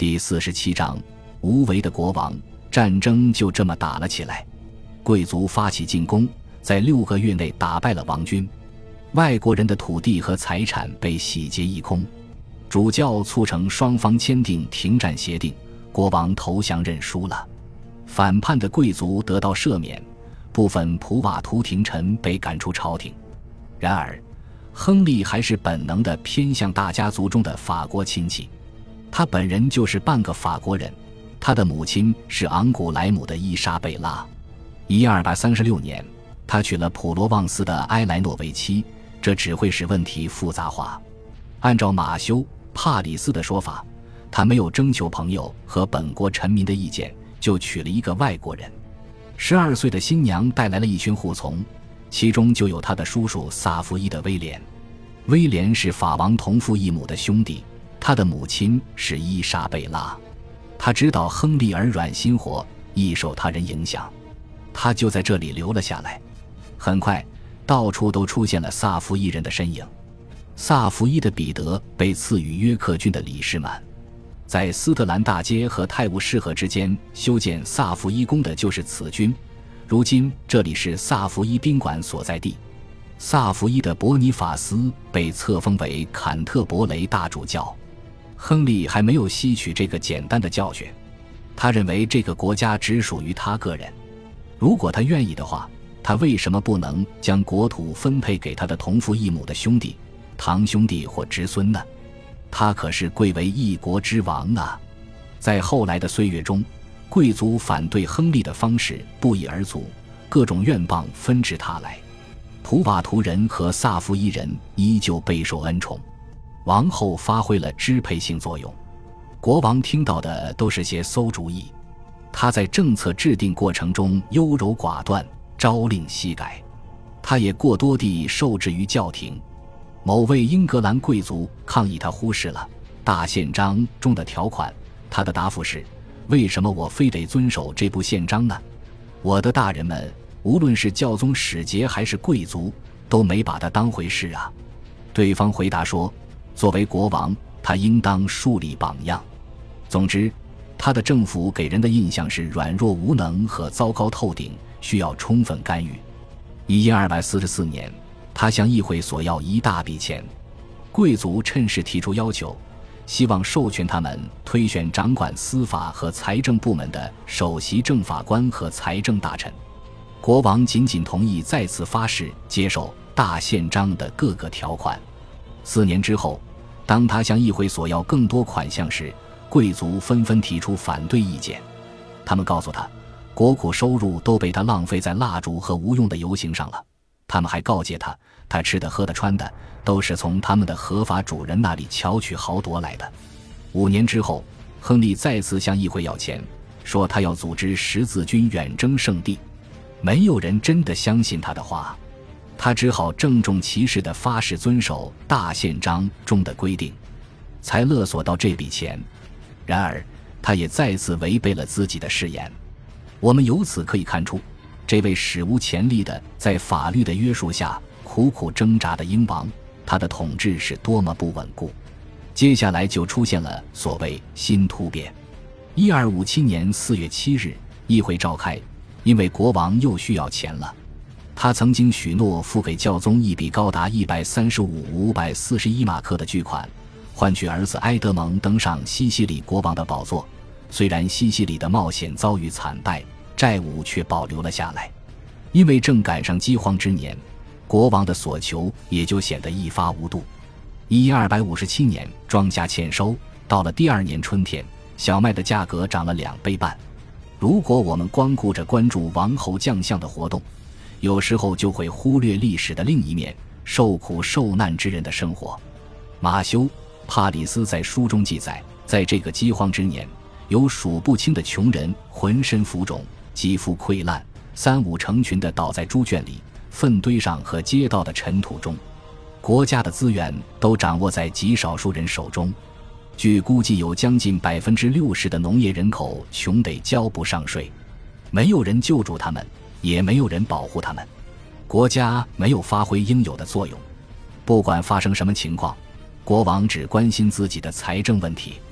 第47章，无为的国王。战争就这么打了起来，贵族发起进攻，在6个月内打败了王军，外国人的土地和财产被洗劫一空。主教促成双方签订停战协定，国王投降认输了。反叛的贵族得到赦免，部分普瓦图廷臣被赶出朝廷。然而亨利还是本能地偏向大家族中的法国亲戚，他本人就是半个法国人，他的母亲是昂古莱姆的伊莎贝拉。1236年，他娶了普罗旺斯的埃莱诺为妻，这只会使问题复杂化。按照马修·帕里斯的说法，他没有征求朋友和本国臣民的意见，就娶了一个外国人。12岁的新娘带来了一群护从，其中就有他的叔叔萨伏伊的威廉。威廉是法王同父异母的兄弟，他的母亲是伊莎贝拉。他知道亨利耳软心活，易受他人影响，他就在这里留了下来。很快，到处都出现了萨伏伊人的身影。萨伏伊的彼得被赐予约克郡的李士满，在斯特兰大街和泰晤士河之间修建萨伏伊宫的就是此君，如今这里是萨伏伊宾馆所在地。萨伏伊的伯尼法斯被册封为坎特伯雷大主教。亨利还没有吸取这个简单的教训，他认为这个国家只属于他个人，如果他愿意的话，他为什么不能将国土分配给他的同父异母的兄弟、堂兄弟或侄孙呢？他可是贵为一国之王啊！在后来的岁月中，贵族反对亨利的方式不一而足，各种怨谤纷至沓来。普瓦图人和萨伏伊人依旧备受恩宠，王后发挥了支配性作用，国王听到的都是些馊主意。他在政策制定过程中优柔寡断，朝令夕改，他也过多地受制于教廷。某位英格兰贵族抗议他忽视了大宪章中的条款，他的答复是：为什么我非得遵守这部宪章呢？我的大人们，无论是教宗使节还是贵族，都没把他当回事啊。对方回答说，作为国王，他应当树立榜样。总之，他的政府给人的印象是软弱无能和糟糕透顶，需要充分干预。1244年，他向议会索要一大笔钱，贵族趁势提出要求，希望授权他们推选掌管司法和财政部门的首席政法官和财政大臣。国王仅仅同意再次发誓接受大宪章的各个条款。4年之后，当他向议会索要更多款项时，贵族纷纷提出反对意见。他们告诉他，国库收入都被他浪费在蜡烛和无用的游行上了。他们还告诫他，他吃的喝的穿的都是从他们的合法主人那里巧取豪夺来的。5年之后，亨利再次向议会要钱，说他要组织十字军远征圣地。没有人真的相信他的话，他只好郑重其事地发誓遵守大宪章中的规定，才勒索到这笔钱。然而他也再次违背了自己的誓言。我们由此可以看出，这位史无前例的在法律的约束下苦苦挣扎的英王，他的统治是多么不稳固。接下来就出现了所谓新突变。1257年4月7日，议会召开，因为国王又需要钱了。他曾经许诺付给教宗一笔高达135,541马克的巨款，换取儿子埃德蒙登上西西里国王的宝座。虽然西西里的冒险遭遇惨败，债务却保留了下来。因为正赶上饥荒之年，国王的所求也就显得一发无度。1257年庄稼欠收，到了第2年春天，小麦的价格涨了2倍半。如果我们光顾着关注王侯将相的活动，有时候就会忽略历史的另一面，受苦受难之人的生活。马修·帕里斯在书中记载，在这个饥荒之年，有数不清的穷人浑身浮肿，肌肤溃烂，3、5成群地倒在猪圈里、粪堆上和街道的尘土中。国家的资源都掌握在极少数人手中，据估计有将近60%的农业人口穷得交不上税。没有人救助他们，也没有人保护他们，国家没有发挥应有的作用。不管发生什么情况，国王只关心自己的财政问题。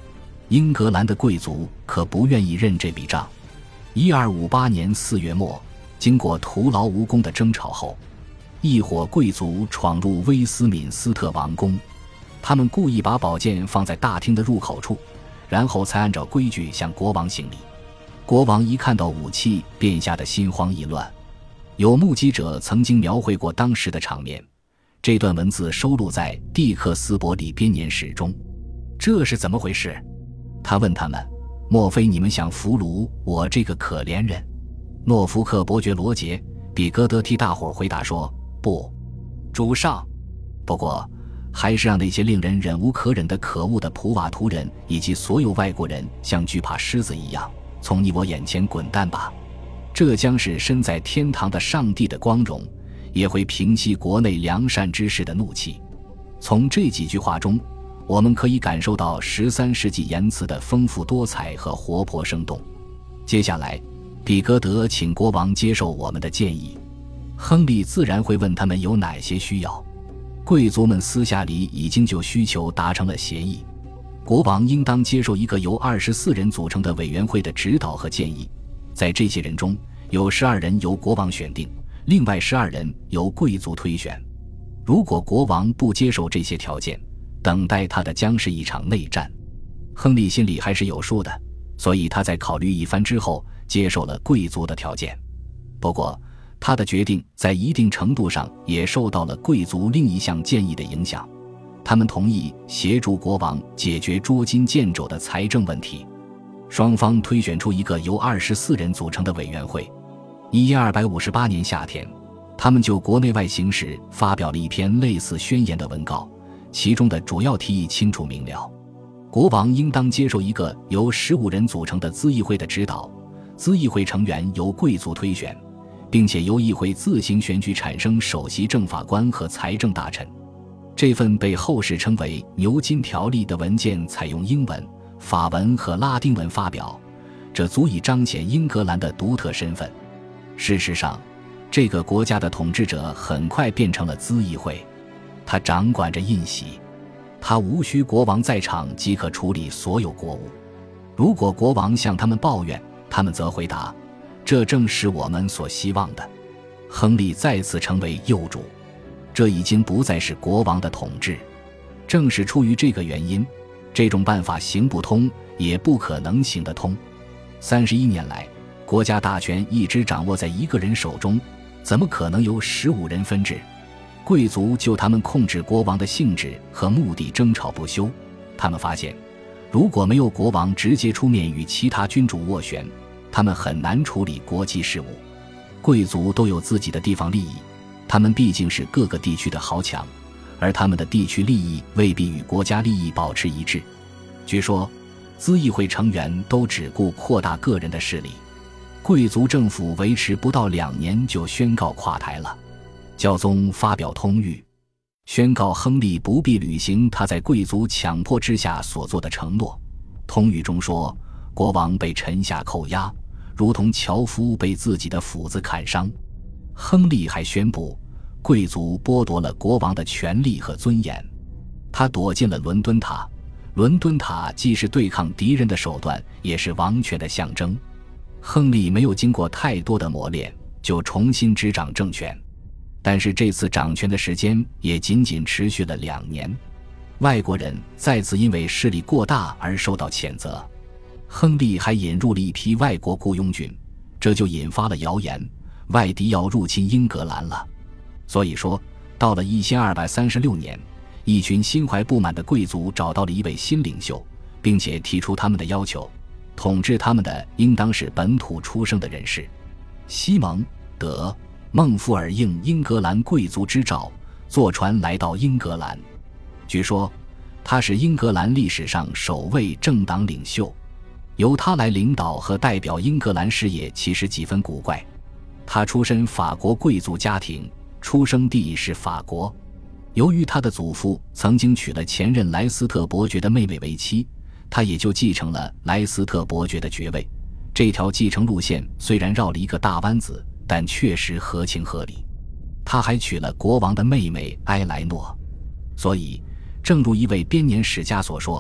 英格兰的贵族可不愿意认这笔账。1258年4月末，经过徒劳无功的争吵后，一伙贵族闯入威斯敏斯特王宫，他们故意把宝剑放在大厅的入口处，然后才按照规矩向国王行礼。国王一看到武器便吓得心慌意乱。有目击者曾经描绘过当时的场面，这段文字收录在蒂克斯伯里编年史中。这是怎么回事？他问他们，莫非你们想俘虏我这个可怜人？诺福克伯爵罗杰·比戈德替大伙回答说，不，主上。不过还是让那些令人忍无可忍的可恶的普瓦图人以及所有外国人像惧怕狮子一样从你我眼前滚蛋吧，这将是身在天堂的上帝的光荣，也会平息国内良善之士的怒气。从这几句话中，我们可以感受到13世纪言辞的丰富多彩和活泼生动。接下来，比格德请国王接受我们的建议，亨利自然会问他们有哪些需要。贵族们私下里已经就需求达成了协议，国王应当接受一个由24人组成的委员会的指导和建议，在这些人中有12人由国王选定，另外12人由贵族推选。如果国王不接受这些条件，等待他的将是一场内战。亨利心里还是有数的，所以他在考虑一番之后接受了贵族的条件。不过他的决定在一定程度上也受到了贵族另一项建议的影响，他们同意协助国王解决捉襟见肘的财政问题。双方推选出一个由24人组成的委员会。1258年夏天，他们就国内外形势发表了一篇类似宣言的文告，其中的主要提议清楚明了。国王应当接受一个由15人组成的咨议会的指导，咨议会成员由贵族推选，并且由议会自行选举产生首席政法官和财政大臣。这份被后世称为牛津条例的文件采用英文、法文和拉丁文发表，这足以彰显英格兰的独特身份。事实上，这个国家的统治者很快变成了咨议会，他掌管着印玺，他无需国王在场即可处理所有国务。如果国王向他们抱怨，他们则回答，这正是我们所希望的。亨利再次成为幼主，这已经不再是国王的统治。正是出于这个原因，这种办法行不通，也不可能行得通。31年来，国家大权一直掌握在一个人手中，怎么可能由15人分治？贵族就他们控制国王的性质和目的争吵不休。他们发现，如果没有国王直接出面与其他君主斡旋，他们很难处理国际事务。贵族都有自己的地方利益，他们毕竟是各个地区的豪强，而他们的地区利益未必与国家利益保持一致。据说，咨议会成员都只顾扩大个人的势力。贵族政府维持不到2年就宣告垮台了。教宗发表通谕，宣告亨利不必履行他在贵族强迫之下所做的承诺。通谕中说，国王被臣下扣押，如同樵夫被自己的斧子砍伤。亨利还宣布，贵族剥夺了国王的权力和尊严。他躲进了伦敦塔，伦敦塔既是对抗敌人的手段，也是王权的象征。亨利没有经过太多的磨练，就重新执掌政权。但是这次掌权的时间也仅仅持续了2年，外国人再次因为势力过大而受到谴责。亨利还引入了一批外国雇佣军，这就引发了谣言，外敌要入侵英格兰了。所以说，到了1236年，一群心怀不满的贵族找到了一位新领袖，并且提出他们的要求，统治他们的应当是本土出生的人士。西蒙·德孟福尔应英格兰贵族之召，坐船来到英格兰。据说，他是英格兰历史上首位政党领袖。由他来领导和代表英格兰事业其实几分古怪。他出身法国贵族家庭，出生地是法国。由于他的祖父曾经娶了前任莱斯特伯爵的妹妹为妻，他也就继承了莱斯特伯爵的爵位。这条继承路线虽然绕了一个大弯子，但确实合情合理。他还娶了国王的妹妹埃莱诺。所以正如一位编年史家所说，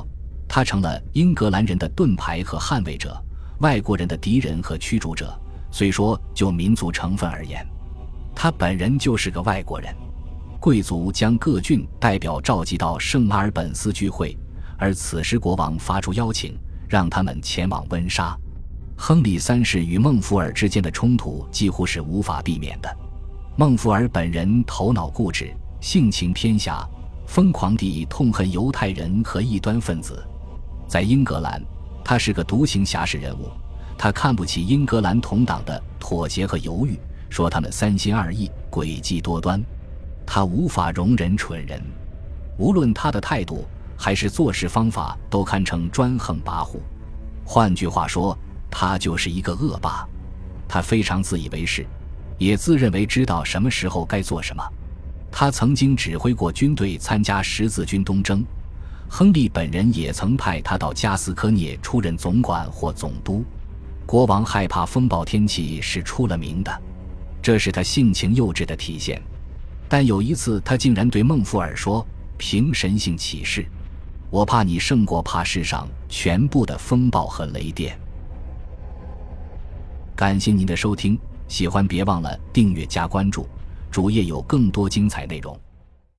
他成了英格兰人的盾牌和捍卫者，外国人的敌人和驱逐者。虽说就民族成分而言，他本人就是个外国人。贵族将各郡代表召集到圣阿尔本斯聚会，而此时国王发出邀请，让他们前往温莎。亨利三世与孟福尔之间的冲突几乎是无法避免的。孟福尔本人头脑固执，性情偏狭，疯狂地痛恨犹太人和异端分子。在英格兰，他是个独行侠士人物，他看不起英格兰同党的妥协和犹豫，说他们三心二意，诡计多端。他无法容忍蠢人，无论他的态度还是做事方法都堪称专横跋扈。换句话说，他就是一个恶霸。他非常自以为是，也自认为知道什么时候该做什么。他曾经指挥过军队参加十字军东征，亨利本人也曾派他到加斯科涅出任总管或总督。国王害怕风暴天气是出了名的，这是他性情幼稚的体现。但有一次他竟然对孟福尔说，凭神性起誓，我怕你胜过怕世上全部的风暴和雷电。感谢您的收听，喜欢别忘了订阅加关注，主页有更多精彩内容。